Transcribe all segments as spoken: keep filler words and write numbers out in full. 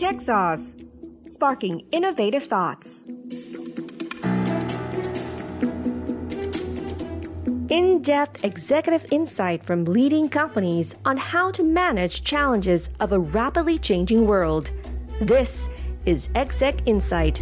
Tech Sauce Sparking Innovative Thoughts In-depth executive insight from leading companies on how to manage challenges of a rapidly changing world. This is Exec Insight.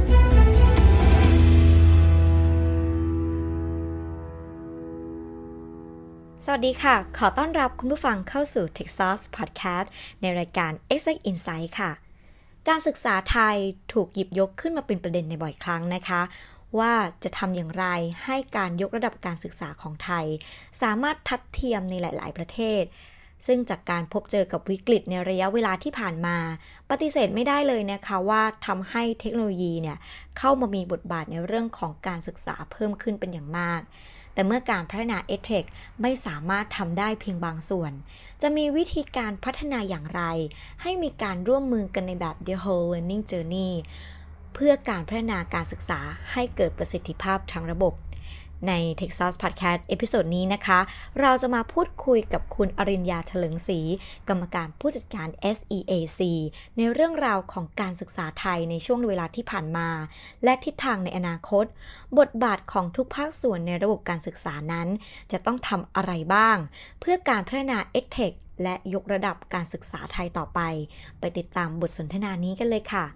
สวัสดีค่ะขอต้อนรับคุณผู้ฟังเข้าสู่ Tech Sauce Podcast ในรายการ Exec Insight ค่ะการศึกษาไทยถูกหยิบยกขึ้นมาเป็นประเด็นในบ่อยครั้งนะคะว่าจะทำอย่างไรให้การยกระดับการศึกษาของไทยสามารถทัดเทียมในหลายๆประเทศซึ่งจากการพบเจอกับวิกฤตในระยะเวลาที่ผ่านมาปฏิเสธไม่ได้เลยนะคะว่าทำให้เทคโนโลยีเนี่ยเข้ามามีบทบาทในเรื่องของการศึกษาเพิ่มขึ้นเป็นอย่างมากแต่เมื่อการพัฒนา EdTech ไม่สามารถทำได้เพียงบางส่วนจะมีวิธีการพัฒนาอย่างไรให้มีการร่วมมือกันในแบบ The Whole Learning Journey เพื่อการพัฒนาการศึกษาให้เกิดประสิทธิภาพทั้งระบบใน Tech Sauce Podcast เอพิโซดนี้นะคะเราจะมาพูดคุยกับคุณอริญญาเฉลิงศรีกรรมการผู้จัดการ เอส อี เอ ซี ในเรื่องราวของการศึกษาไทยในช่วงเวลาที่ผ่านมาและทิศทางในอนาคตบทบาทของทุกภาคส่วนในระบบการศึกษานั้นจะต้องทำอะไรบ้างเพื่อการพัฒนา EdTech และยกระดับการศึกษาไทยต่อไปไปติดตามบทสนทนานี้กันเลยค่ะ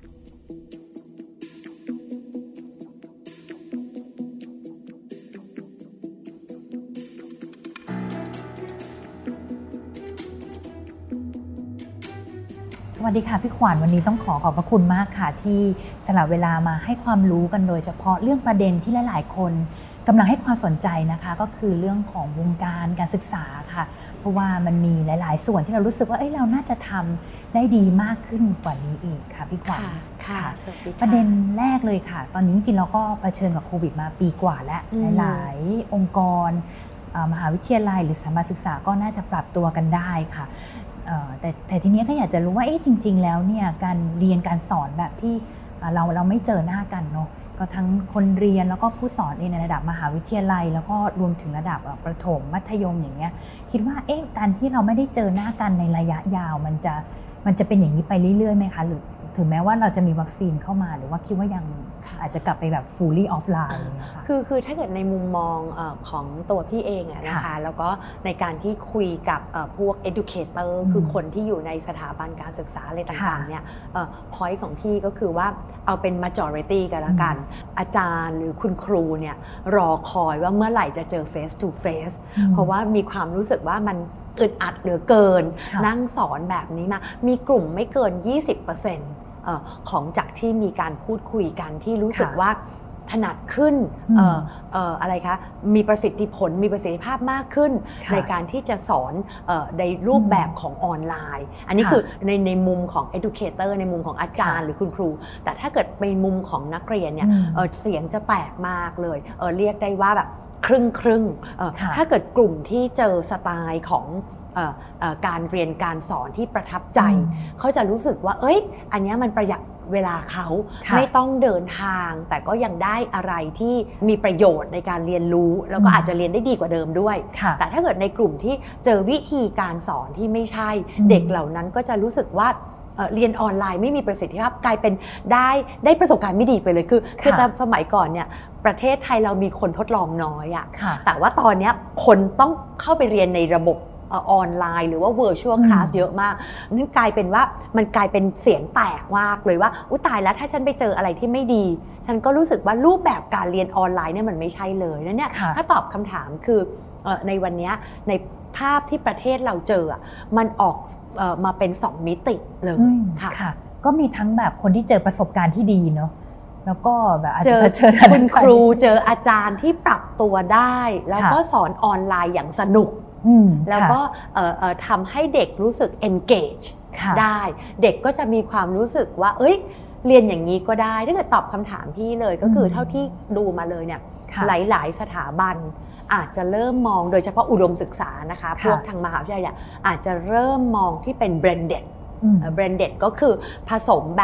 สวัสดีค่ะพี่ขวัญวันนี้ต้องขอขอบพระคุณมากค่ะที่สละเวลามาให้ความรู้กันโดยเฉพาะเรื่องประเด็นที่หลายๆคนกำลังให้ความสนใจนะคะก็คือเรื่องของวงการการศึกษาค่ะเพราะว่ามันมีหลายๆส่วนที่เรารู้สึกว่าเอ้ยเราน่าจะทำได้ดีมากขึ้นกว่านี้อีกค่ะพี่ขวัญค่ะประเด็นแรกเลยค่ะตอนนี้จริงๆเราก็เผชิญกับโควิดมาปีกว่าแล้วหลายๆองค์กรมหาวิทยาลัยหรือสถาบันศึกษาก็น่าจะปรับตัวกันได้ค่ะแต่แต่ทีนี้ก็อยากจะรู้ว่าเอ๊ะจริงๆแล้วเนี่ยการเรียนการสอนแบบที่เราเราไม่เจอหน้ากันเนาะก็ทั้งคนเรียนแล้วก็ผู้สอนเองในระดับมหาวิทยาลัยแล้วก็รวมถึงระดับประถมมัธยมอย่างเงี้ยคิดว่าเอ๊ะการที่เราไม่ได้เจอหน้ากันในระยะยาวมันจะมันจะเป็นอย่างนี้ไปเรื่อยๆไหมคะหรือถึงแม้ว่าเราจะมีวัคซีนเข้ามาหรือว่าคิดว่ายังอาจจะกลับไปแบบ fully offline นะคะคือคือถ้าเกิดในมุมมองเอ่อของตัวพี่เองอะนะคะแล้วก็ในการที่คุยกับเอ่อพวก educator คือคนที่อยู่ในสถาบันการศึกษาอะไรต่างๆเนี่ยเอ่อ point ของพี่ก็คือว่าเอาเป็น majority กันละกันอาจารย์หรือคุณครูเนี่ยรอคอยว่าเมื่อไหร่จะเจอ face to face เพราะว่ามีความรู้สึกว่ามันอึดอัดเหลือเกินนั่งสอนแบบนี้มามีกลุ่มไม่เกิน ยี่สิบเปอร์เซ็นต์ของจากที่มีการพูดคุยกันที่รู้สึกว่าถนัดขึ้นเอ่อเอ่ออะไรคะมีประสิทธิผลมีประสิทธิภาพมากขึ้นในการที่จะสอนเอ่อในรูปแบบของออนไลน์อันนี้คือในในมุมของ educator ในมุมของอาจารย์หรือคุณครูแต่ถ้าเกิดเป็นมุมของนักเรียนเนี่ยเอ่อเสียงจะแตกมากเลยเอ่อเรียกได้ว่าแบบครึ่งครึ่งถ้าเกิดกลุ่มที่เจอสไตล์ของการเรียนการสอนที่ประทับใจเขาจะรู้สึกว่าเอ้ยอันนี้มันประหยัดเวลาเขาไม่ต้องเดินทางแต่ก็ยังได้อะไรที่มีประโยชน์ในการเรียนรู้แล้วก็อาจจะเรียนได้ดีกว่าเดิมด้วยแต่ถ้าเกิดในกลุ่มที่เจอวิธีการสอนที่ไม่ใช่เด็กเหล่านั้นก็จะรู้สึกว่าเรียนออนไลน์ไม่มีประสิทธิภาพกลายเป็นได้ได้ประสบการณ์ไม่ดีไปเลยคือคือตามสมัยก่อนเนี่ยประเทศไทยเรามีคนทดลองน้อยอะแต่ว่าตอนนี้คนต้องเข้าไปเรียนในระบบออนไลน์หรือว่า virtual class เยอะมากนั่นกลายเป็นว่ามันกลายเป็นเสียงแตกมากเลยว่าอุ๊ยตายแล้วถ้าฉันไปเจออะไรที่ไม่ดีฉันก็รู้สึกว่ารูปแบบการเรียนออนไลน์เนี่ยมันไม่ใช่เลยแล้วเนี่ยถ้าตอบคำถามคือในวันนี้ในภาพที่ประเทศเราเจอมันออกเอ่อมาเป็นสองมิติเลยค่ะค่ะก็มีทั้งแบบคนที่เจอประสบการณ์ที่ดีเนาะแล้วก็แบบอาจจะเจอคุณครูเจออาจารย์ที่ปรับตัวได้แล้วก็สอนออนไลน์อย่างสนุกแล้วก็ทำให้เด็กรู้สึก engage ได้เด็กก็จะมีความรู้สึกว่าเอ้ยเรียนอย่างนี้ก็ได้ถ้าเกิดตอบคำถามพี่เลยก็คือเท่าที่ดูมาเลยเนี่ยหลายๆสถาบันอาจจะเริ่มมองโดยเฉพาะอุดมศึกษานะคะพวกทางมหาวิทยาลัยอาจจะเริ่มมองที่เป็น blended blended ก็คือผสมแบบ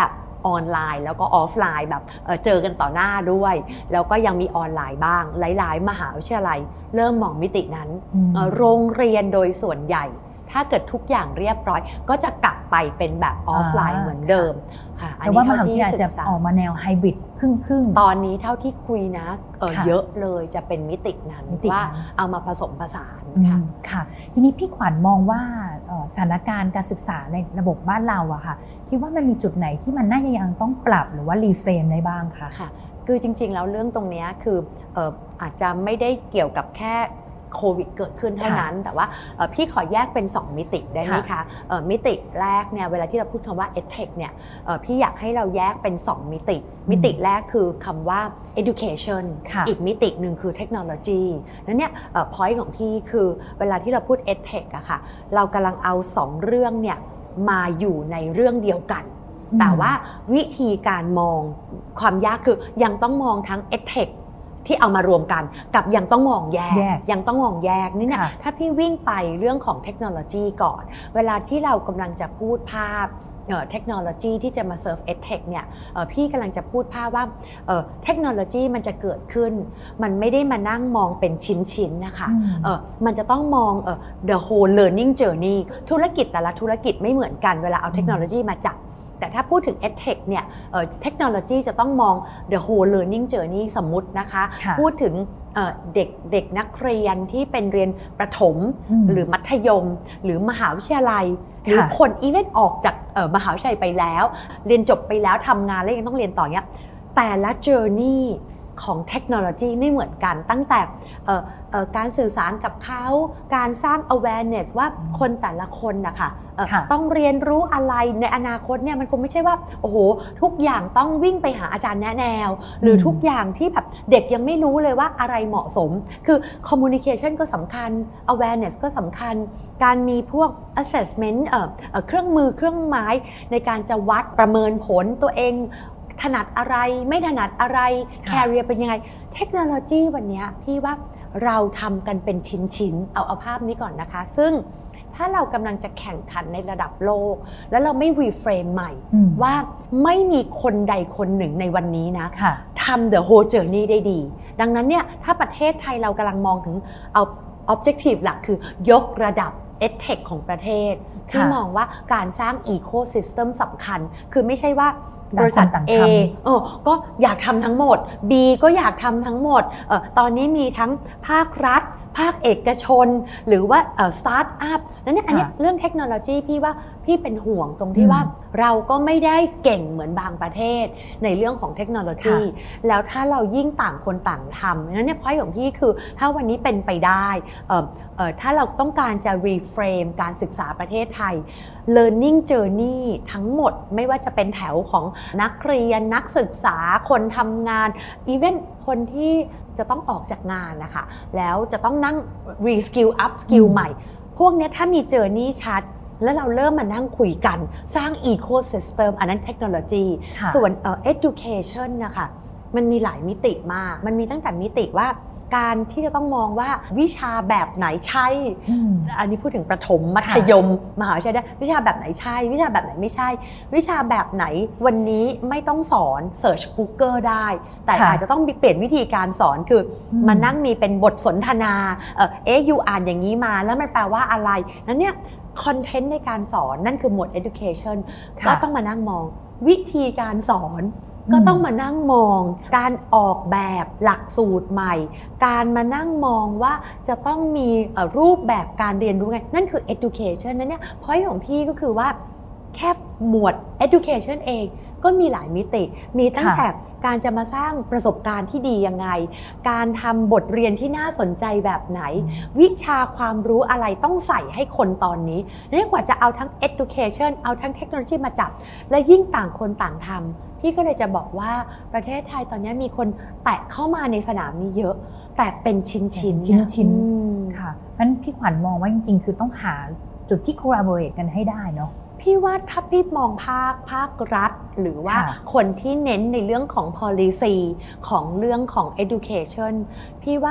ออนไลน์แล้วก็ออฟไลน์แบบ เอ่อ เจอกันต่อหน้าด้วยแล้วก็ยังมีออนไลน์บ้างหลายๆมหาวิทยาลัยเริ่มมองมิตินั้นโรงเรียนโดยส่วนใหญ่ถ้าเกิดทุกอย่างเรียบร้อยก็จะกลับไปเป็นแบบออฟไลน์เหมือนเดิมค่ะแต่ว่ามหาวิทยาลัยจะออกมาแนวไฮบริดครึ่งๆตอนนี้เท่าที่คุยนะเออเยอะเลยจะเป็นมิตินั้นว่าเอามาผสมผสานค่ะค่ะทีนี้พี่ขวัญมองว่าสถานการณ์การศึกษาในระบบบ้านเราอะค่ะคิดว่ามันมีจุดไหนที่มันน่าจะยังต้องปรับหรือว่ารีเฟรมได้บ้างคะค่ะคือจริงๆแล้วเรื่องตรงนี้คือเอ่ออาจจะไม่ได้เกี่ยวกับแค่โควิดเกิดขึ้นเท่านั้นแต่ว่าพี่ขอแยกเป็นสองมิติได้ไหมคะมิติแรกเนี่ยเวลาที่เราพูดคำว่า EdTech เนี่ยพี่อยากให้เราแยกเป็นสองมิติมิติแรกคือคำว่า education อีกมิติหนึ่งคือ technology นั้นเนี่ย point ของพี่คือเวลาที่เราพูด EdTech อะค่ะเรากำลังเอาสองเรื่องเนี่ยมาอยู่ในเรื่องเดียวกันแต่ว่าวิธีการมองความยากคือยังต้องมองทั้ง EdTechที่เอามารวมกันกับยังต้องมองแยกยังต้องมองแยกนี่นะถ้าพี่วิ่งไปเรื่องของเทคโนโลยีก่อนเวลาที่เรากำลังจะพูดภาพเทคโนโลยีที่จะมาเซิร์ฟ EdTech เนี่ยพี่กำลังจะพูดภาพว่าเทคโนโลยีมันจะเกิดขึ้นมันไม่ได้มานั่งมองเป็นชิ้นๆนะคะมันจะต้องมอง the whole learning journey ธุรกิจแต่ละธุรกิจไม่เหมือนกันเวลาเอาเทคโนโลยีมาจับแต่ถ้าพูดถึง EdTech เนี่ยเทคโนโลยีจะต้องมอง the whole learning journey สมมุตินะคะพูดถึงเด็กเด็กนักเรียนที่เป็นเรียนประถมหรือมัธยมหรือมหาวิทยาลัยหรือคนอีเวนต์ออกจากมหาวิทยาลัยไปแล้วเรียนจบไปแล้วทำงานแล้วยังต้องเรียนต่อเนี้ยแต่ละ journey ของเทคโนโลยีไม่เหมือนกันตั้งแต่การสื่อสารกับเขาการสร้าง awareness ว่าคนแต่ละคนนะคะต้องเรียนรู้อะไรในอนาคตเนี่ยมันคงไม่ใช่ว่าโอ้โหทุกอย่างต้องวิ่งไปหาอาจารย์แนะแนวหรือทุกอย่างที่แบบเด็กยังไม่รู้เลยว่าอะไรเหมาะสมคือ communication ก็สำคัญ awareness ก็สำคัญการมีพวก assessment เอ่อเครื่องมือเครื่องไม้ในการจะวัดประเมินผลตัวเองถนัดอะไรไม่ถนัดอะไร career เป็นยังไงเทคโนโลยีวันนี้พี่ว่าเราทำกันเป็นชิ้นๆเอาเอาภาพนี้ก่อนนะคะซึ่งถ้าเรากำลังจะแข่งขันในระดับโลกแล้วเราไม่รีเฟรมใหม่ว่าไม่มีคนใดคนหนึ่งในวันนี้นะทำ the whole journey ได้ดีดังนั้นเนี่ยถ้าประเทศไทยเรากำลังมองถึงเอา objective หลักคือยกระดับ EdTech ของประเทศที่มองว่าการสร้าง ecosystem สำคัญคือไม่ใช่ว่าบริษัท A เออก็อยากทำทั้งหมด B ก็อยากทำทั้งหมดเออตอนนี้มีทั้งภาครัฐภาคเอกชนหรือว่าเอ่อสตาร์ทอัพนั่นเนี่ยอันนี้เรื่องเทคโนโลยีพี่ว่าพี่เป็นห่วงตรงที่ว่าเราก็ไม่ได้เก่งเหมือนบางประเทศในเรื่องของเทคโนโลยีแล้วถ้าเรายิ่งต่างคนต่างทำนั้นเนี่ยพอยของพี่คือถ้าวันนี้เป็นไปได้เอ่อเอ่อถ้าเราต้องการจะรีเฟรมการศึกษาประเทศไทย learning journey ทั้งหมดไม่ว่าจะเป็นแถวของนักเรียนนักศึกษาคนทำงานอีเวนต์คนที่จะต้องออกจากงานนะคะแล้วจะต้องนั่ง reskill up skill ใหม่พวกนี้ถ้ามี journey ชัดแล้วเราเริ่มมานั่งคุยกันสร้าง ecosystem อันนั้นเทคโนโลยีส่วน uh, education นะคะมันมีหลายมิติมากมันมีตั้งแต่มิติว่าการที่จะต้องมองว่าวิชาแบบไหนใช่อันนี้พูดถึงประถมมัธยมมหาวิทยาลัยได้วิชาแบบไหนใช่วิชาแบบไหนไม่ใช่วิชาแบบไหนวันนี้ไม่ต้องสอน Search Google ได้แต่อาจจะต้องเปลี่ยนวิธีการสอนคือมานั่งมีเป็นบทสนทนาเอ่อเอ๊ะยูอ่านอย่างนี้มาแล้วมันแปลว่าอะไรนั้นเนี่ยคอนเทนต์ในการสอนนั่นคือหมวด education ก็ต้องมานั่งมองวิธีการสอนก็ต้องมานั่งมองการออกแบบหลักสูตรใหม่การมานั่งมองว่าจะต้องมีรูปแบบการเรียนรู้ไงนั่นคือ education นั่นเนี่ย point ของพี่ก็คือว่าแค่หมวด education เองก็มีหลายมิติมีตั้งแต่การจะมาสร้างประสบการณ์ที่ดียังไงการทำบทเรียนที่น่าสนใจแบบไหนวิชาความรู้อะไรต้องใส่ให้คนตอนนี้เรียกว่าจะเอาทั้ง education เอาทั้งเทคโนโลยีมาจับและยิ่งต่างคนต่างทำพี่ก็เลยจะบอกว่าประเทศไทยตอนนี้มีคนแตะเข้ามาในสนามนี้เยอะแต่เป็นชิ้นชิ้นชิ้นๆค่ะงั้นพี่ขวัญมองว่าจริงๆคือต้องหาจุดที่ collaborate กันให้ได้เนาะพี่ว่าถ้าพี่มองภาคภาครัฐหรือว่าคนที่เน้นในเรื่องของ policy ของเรื่องของ education พี่ว่า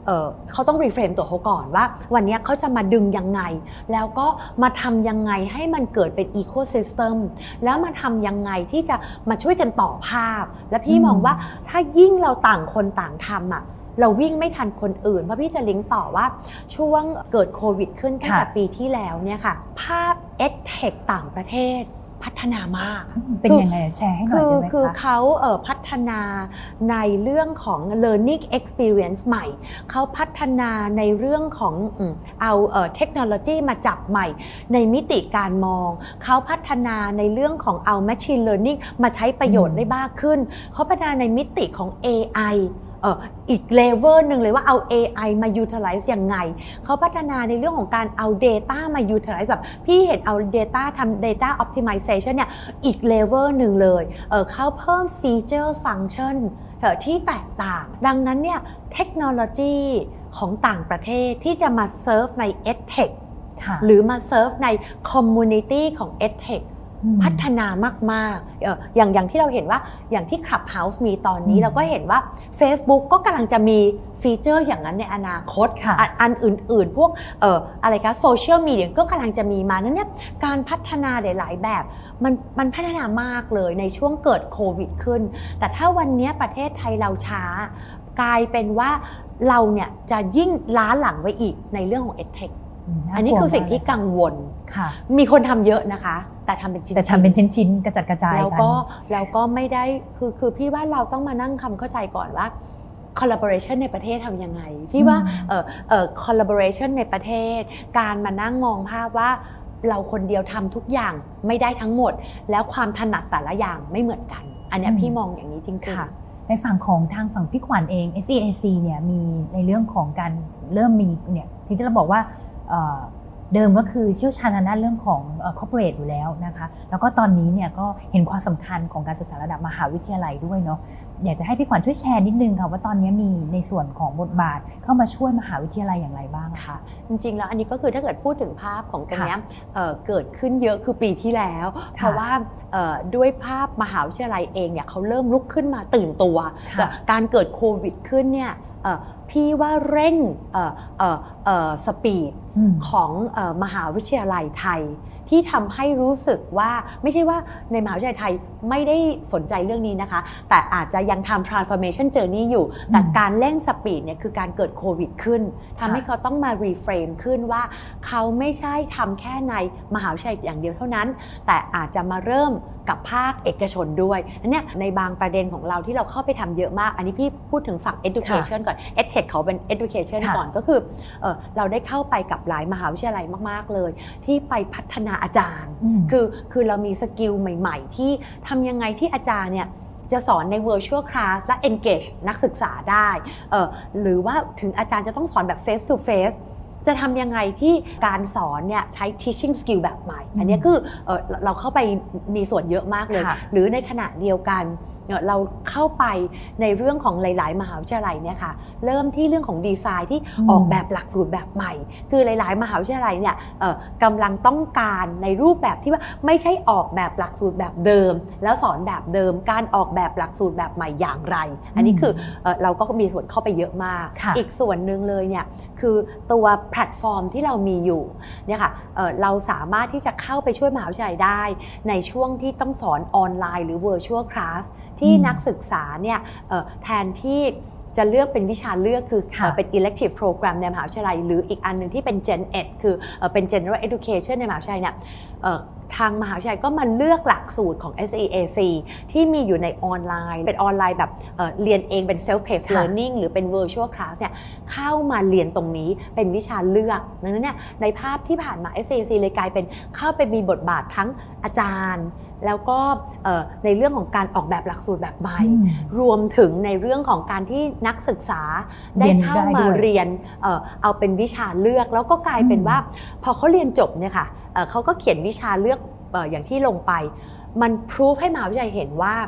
เอ่อเขาต้องรีเฟรมตัวเขาก่อนว่าวันนี้เขาจะมาดึงยังไงแล้วก็มาทำยังไงให้มันเกิดเป็นอีโคซิสเต็มแล้วมาทำยังไงที่จะมาช่วยกันต่อภาพและพี่มองว่าถ้ายิ่งเราต่างคนต่างทำอ่ะเราวิ่งไม่ทันคนอื่นเพราะพี่จะลิงก์ต่อว่าช่วงเกิดโควิดขึ้นตั้งแต่ปีที่แล้วเนี่ยค่ะภาพ EdTech ต่างประเทศพัฒนามากเป็นยังไงแชร์ให้หน่อยได้ไหมคะคือเขาเอ่อพัฒนาในเรื่องของ learning experience ใหม่เขาพัฒนาในเรื่องของเอาเอ่อเทคโนโลยีมาจับใหม่ในมิติการมองเขาพัฒนาในเรื่องของเอา machine learning มาใช้ประโยชน์ได้มากขึ้นเขาพัฒนาในมิติของ เอ ไอเอ่ออีกเลเวลหนึ่งเลยว่าเอา เอ ไอ มา utilize ยังไงเขาพัฒนาในเรื่องของการเอา data มา utilize แบบพี่เห็นเอา data ทำ data optimization เนี่ยอีกเลเวลหนึ่งเลยเอ่อเขาเพิ่ม feature function เอ่อที่แตกต่างดังนั้นเนี่ยเทคโนโลยีของต่างประเทศที่จะมา serve ใน EdTech หรือมา serve ใน community ของ EdTechพัฒนามากๆ อ, อย่างอย่างที่เราเห็นว่าอย่างที่ Clubhouse มีตอนนี้เราก็เห็นว่า Facebook ก็กำลังจะมีฟีเจอร์อย่างนั้นในอนาคต อ, อันอื่นๆพวกเอ่ออะไรคะโซเชียลมีเดียก็กำลังจะมีมานั้นเนี่ยการพัฒนาหลายๆแบบมันมันพัฒนามากเลยในช่วงเกิดโควิดขึ้นแต่ถ้าวันนี้ประเทศไทยเราช้ากลายเป็นว่าเราเนี่ยจะยิ่งล้าหลังไว้อีกในเรื่องของ EdTechอันนี้คือสิ่งที่กังวลมีคนทำเยอะนะคะแต่ทำเป็นชิ้นแต่ทำเป็นชิ้นๆกระจัดกระจายแล้วก็แล้วก็ไม่ได้คือคือพี่ว่าเราต้องมานั่งคำเข้าใจก่อนว่า collaboration ในประเทศทำยังไงพี่ว่าเอ่อเอ่อ collaboration ในประเทศการมานั่งมองภาพว่าเราคนเดียวทำทุกอย่างไม่ได้ทั้งหมดแล้วความถนัดแต่ละอย่างไม่เหมือนกันอันนี้พี่มองอย่างนี้จริงๆในฝั่งของทางฝั่งพี่ขวัญเอง เอส อี เอ ซี เนี่ยมีในเรื่องของการเริ่มมีเนี่ยที่เราบอกว่าเดิมก็คือเชี่ยวชาญทางด้านเรื่องของ corporate อยู่แล้วนะคะแล้วก็ตอนนี้เนี่ยก็เห็นความสำคัญของการศึกษาระดับมหาวิทยาลัยด้วยเนาะอยากจะให้พี่ขวัญช่วยแชร์นิดนึงค่ะว่าตอนนี้มีในส่วนของบทบาทเข้ามาช่วยมหาวิทยาลัยอย่างไรบ้างค่ะจริงๆแล้วอันนี้ก็คือถ้าเกิดพูดถึงภาพของตรงนี้เอ่อเกิดขึ้นเยอะคือปีที่แล้วเพราะว่าเอ่อด้วยภาพมหาวิทยาลัยเองเนี่ยเขาเริ่มลุกขึ้นมาตื่นตัวการเกิดโควิดขึ้นเนี่ยพี่ว่าเร่งสปีดของมหาวิทยาลัยไทยที่ทำให้รู้สึกว่าไม่ใช่ว่าในมหาวิทยาลัยไทยไม่ได้สนใจเรื่องนี้นะคะแต่อาจจะยังทำ transformation journey อยู่แต่การเร่งสปีดเนี่ยคือการเกิดโควิดขึ้นทำให้เขาต้องมา reframe ขึ้นว่าเขาไม่ใช่ทำแค่ในมหาวิทยาลัยอย่างเดียวเท่านั้นแต่อาจจะมาเริ่มกับภาคเอกชนด้วยอันเนี้ยในบางประเด็นของเราที่เราเข้าไปทำเยอะมากอันนี้พี่พูดถึงฝั่ง education ก่อน EdTech เขาเป็น education ก่อนก็คือเอ่อเราได้เข้าไปกับหลายมหาวิทยาลัยมากๆเลยที่ไปพัฒนาอาจารย์คือคือเรามีสกิลใหม่ๆที่ทำยังไงที่อาจารย์เนี่ยจะสอนใน virtual class และ engage นักศึกษาได้เอ่อหรือว่าถึงอาจารย์จะต้องสอนแบบ face to faceจะทำยังไงที่การสอนเนี่ยใช้ teaching skill แบบใหม่อันนี้คือ เอ่อ เราเข้าไปมีส่วนเยอะมากเลยหรือในขณะเดียวกันเราเข้าไปในเรื่องของหลายๆมหาวิทยาลัยเนี่ยค่ะเริ่มที่เรื่องของดีไซน์ที่ออกแบบหลักสูตรแบบใหม่คือหลายๆมหาวิทยาลัยเนี่ยกำลังต้องการในรูปแบบที่ว่าไม่ใช่ออกแบบหลักสูตรแบบเดิมแล้วสอนแบบเดิมการออกแบบหลักสูตรแบบใหม่อย่างไรอันนี้คือเราก็มีส่วนเข้าไปเยอะมากอีกส่วนหนึ่งเลยเนี่ยคือตัวแพลตฟอร์มที่เรามีอยู่เนี่ยค่ะเราสามารถที่จะเข้าไปช่วยมหาวิทยาลัยได้ในช่วงที่ต้องสอนออนไลน์หรือ virtual classที่นักศึกษาเนี่ยแทนที่จะเลือกเป็นวิชาเลือกคือเป็น elective program ในมหาวิทยาลัยหรืออีกอันนึงที่เป็น Gen เอ็ดคือเป็น General Education ในมหาวิทยาลัยเนี่ยทางมหาวิทยาลัยก็มาเลือกหลักสูตรของ เอส อี เอ ซี ที่มีอยู่ในออนไลน์เป็นออนไลน์แบบ เ, เรียนเองเป็น self paced learning หรือเป็น virtual class เนี่ยเข้ามาเรียนตรงนี้เป็นวิชาเลือกดังนั้นเนี่ยในภาพที่ผ่านมา เอส อี เอ ซี เลยกลายเป็นเข้าไปมีบทบาททั้งอาจารย์แล้วก็ในเรื่องของการออกแบบหลักสูตรแบบใหม่รวมถึงในเรื่องของการที่นักศึกษาได้เข้ามาเรียนเอาเป็นวิชาเลือกแล้วก็กลายเป็นว่าพอเขาเรียนจบเนี่ยค่ะเขาก็เขียนวิชาเลือกอย่างที่ลงไปมันพิสูจให้มหาวิทยาลัยเห็นว่า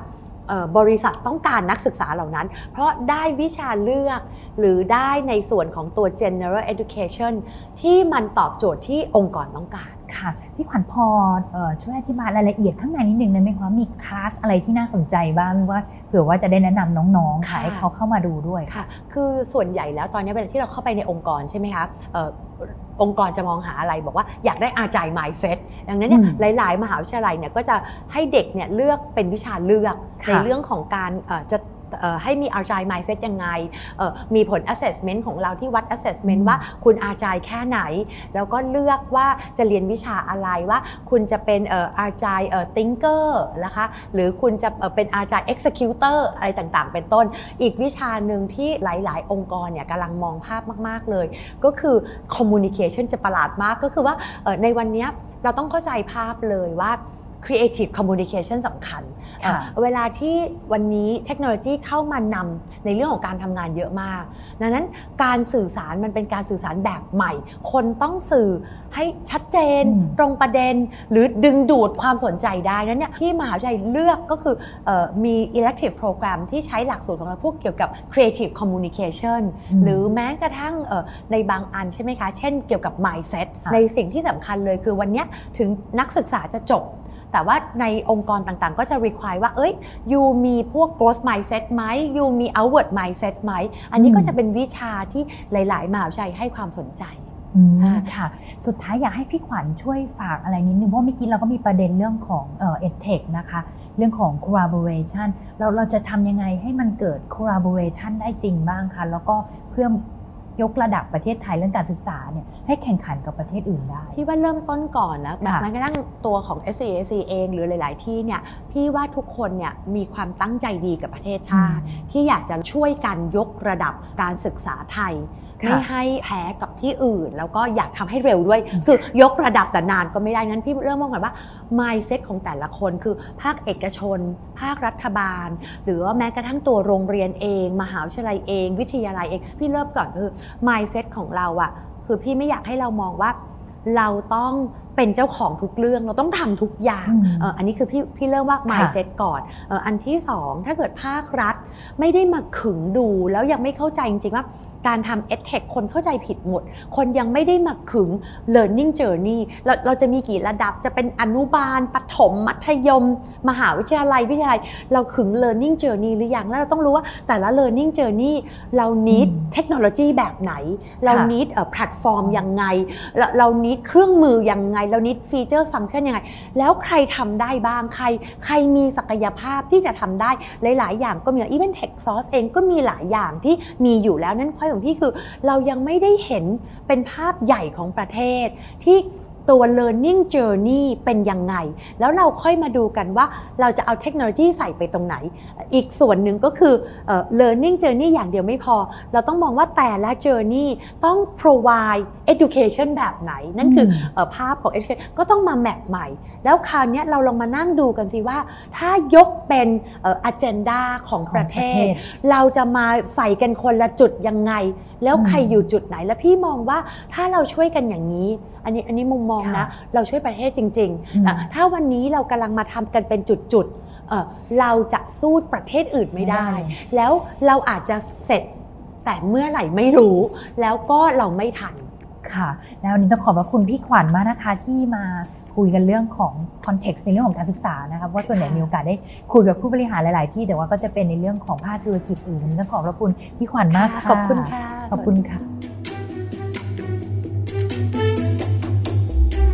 บริษัทต้องการนักศึกษาเหล่านั้นเพราะได้วิชาเลือกหรือได้ในส่วนของตัว general education ที่มันตอบโจทย์ที่องค์กรต้องการค่ะพี่ขวัญพอช่วยอธิบายรายละเอียดข้างในนิดนึงได้ไหมคะมีคลาสอะไรที่น่าสนใจบ้างว่าเผื่อว่าจะได้แนะนำน้องๆค่ะให้เขาเข้ามาดูด้วยค่ะคือส่วนใหญ่แล้วตอนนี้เวลาที่เราเข้าไปในองค์กรใช่ไหมคะองค์กรจะมองหาอะไรบอกว่าอยากได้ Agile Mindset ดังนั้นเนี่ยหลายๆมหาวิทยาลัยเนี่ยก็จะให้เด็กเนี่ยเลือกเป็นวิชาเลือกในเรื่องของการจะให้มี Agile Mindset ยังไงมีผล Assessment ของเราที่วัด Assessment ว่าคุณ Agile แค่ไหนแล้วก็เลือกว่าจะเรียนวิชาอะไรว่าคุณจะเป็น Agile Thinker นะคะหรือคุณจะเป็น Agile Executor อะไรต่างๆเป็นต้นอีกวิชาหนึ่งที่หลายๆองค์กรเนี่ยกำลังมองภาพมากๆเลยก็คือ Communication จะประหลาดมากก็คือว่าในวันนี้เราต้องเข้าใจภาพเลยว่าCreative Communication สำคัญเวลาที่วันนี้เทคโนโลยีเข้ามานำในเรื่องของการทำงานเยอะมากดังนั้นการสื่อสารมันเป็นการสื่อสารแบบใหม่คนต้องสื่อให้ชัดเจนตรงประเด็นหรือดึงดูดความสนใจได้นั้นเนี่ยที่มหาวิทยาลัยเลือกก็คือมี elective program ที่ใช้หลักสูตรของเราพวกเกี่ยวกับ Creative Communication หรือแม้กระทั่งในบางอันใช่ไหมคะเช่นเกี่ยวกับ mindset ในสิ่งที่สำคัญเลยคือวันนี้ถึงนักศึกษาจะจบแต่ว่าในองค์กรต่างๆก็จะ require ว่าเอ้ยยูมีพวก growth mindset ไหมยูมี outward mindset ไหมอันนี้ก็จะเป็นวิชาที่หลายๆมหาวิทยาลัยให้ความสนใจค่ะสุดท้ายอยากให้พี่ขวัญช่วยฝากอะไรนิดนึงเพราะเมื่อกี้เราก็มีประเด็นเรื่องของเอ่อ EdTech นะคะเรื่องของ collaboration เราเราจะทำยังไงให้มันเกิด collaboration ได้จริงบ้างคะแล้วก็เพื่อยกระดับประเทศไทยเรื่องการศึกษาเนี่ยให้แข่งขันกับประเทศอื่นได้พี่ว่าเริ่มต้นก่อนแล้วแบบแม้กระทั่งตัวของ เอส ซี เอ ซี เองหรือหลายๆที่เนี่ยพี่ว่าทุกคนเนี่ยมีความตั้งใจดีกับประเทศชาติที่อยากจะช่วยกันยกระดับการศึกษาไทยไม่ให้แพ้กับที่อื่นแล้วก็อยากทำให้เร็วด้วยคือยกระดับแต่นานก็ไม่ได้งั้นพี่เริ่มมองก่อนว่า mindset ของแต่ละคนคือภาคเอกชนภาครัฐบาลหรือว่าแม้กระทั่งตัวโรงเรียนเองมหาวิทยาลัยเองวิทยาลัยเองพี่เริ่มก่อนคือ mindset ของเราอะคือพี่ไม่อยากให้เรามองว่าเราต้องเป็นเจ้าของทุกเรื่องเราต้องทำทุกอย่างเอออันนี้คือพี่พี่เริ่มว่า mindset ก่อนเอออันที่สองถ้าเกิดภาครัฐไม่ได้มาขึงดูแล้วยังไม่เข้าใจจริงๆว่าการทำ EdTech คนเข้าใจผิดหมดคนยังไม่ได้มาขึง learning journey เราเราจะมีกี่ระดับจะเป็นอนุบาลประถมมัธยมมหาวิทยาลัยวิทยาลัยเราขึง learning journey หรือยังแล้วเราต้องรู้ว่าแต่ละ learning journey เรา need เทคโนโลยีแบบไหนเรา need เอ่อ platform ยังไงเราเรา need เครื่องมือยังไงเรา need feature function ยังไงแล้วใครทำได้บ้างใครใครมีศักยภาพที่จะทำได้หลายๆอย่างก็มี even TechSource เองก็มีหลายอย่างที่มีอยู่แล้วนั่นของพี่คือเรายังไม่ได้เห็นเป็นภาพใหญ่ของประเทศที่ตัว learning journey เป็นยังไงแล้วเราค่อยมาดูกันว่าเราจะเอาเทคโนโลยีใส่ไปตรงไหนอีกส่วนหนึ่งก็คือ uh, learning journey อย่างเดียวไม่พอเราต้องมองว่าแต่ละ journey ต้อง provide education แบบไหนนั่นคือ uh, ภาพของ education ก็ต้องมาแมปใหม่แล้วคราวนี้เราลองมานั่งดูกันสิว่าถ้ายกเป็น uh, agenda ของประเทศเราจะมาใส่กันคนละจุดยังไงแล้วใครอยู่จุดไหนแล้วพี่มองว่าถ้าเราช่วยกันอย่างนี้อันนี้อันนี้มุมมองนะเราช่วยประเทศจริงๆถ้าวันนี้เรากำลังมาทำกันเป็นจุดๆ เอ่อ เราจะสู้ประเทศอื่นไม่ได้แล้วเราอาจจะเสร็จแต่เมื่อไหร่ไม่รู้แล้วก็เราไม่ทันค่ะแล้ววันนี้ต้องขอบพระคุณพี่ขวัญมากนะคะที่มาคุยกันเรื่องของคอนเท็กซ์ในเรื่องของการศึกษานะคะว่าส่วนใหญ่มีโอกาสได้คุยกับผู้บริหารหลายๆที่แต่ว่าก็จะเป็นในเรื่องของภาคธุรกิจอื่นวันนี้ต้องขอบพระคุณพี่ขวัญมากค่ะขอบคุณค่ะขอบคุณค่ะ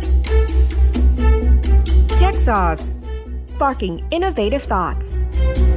TechSauce, sparking innovative thoughts.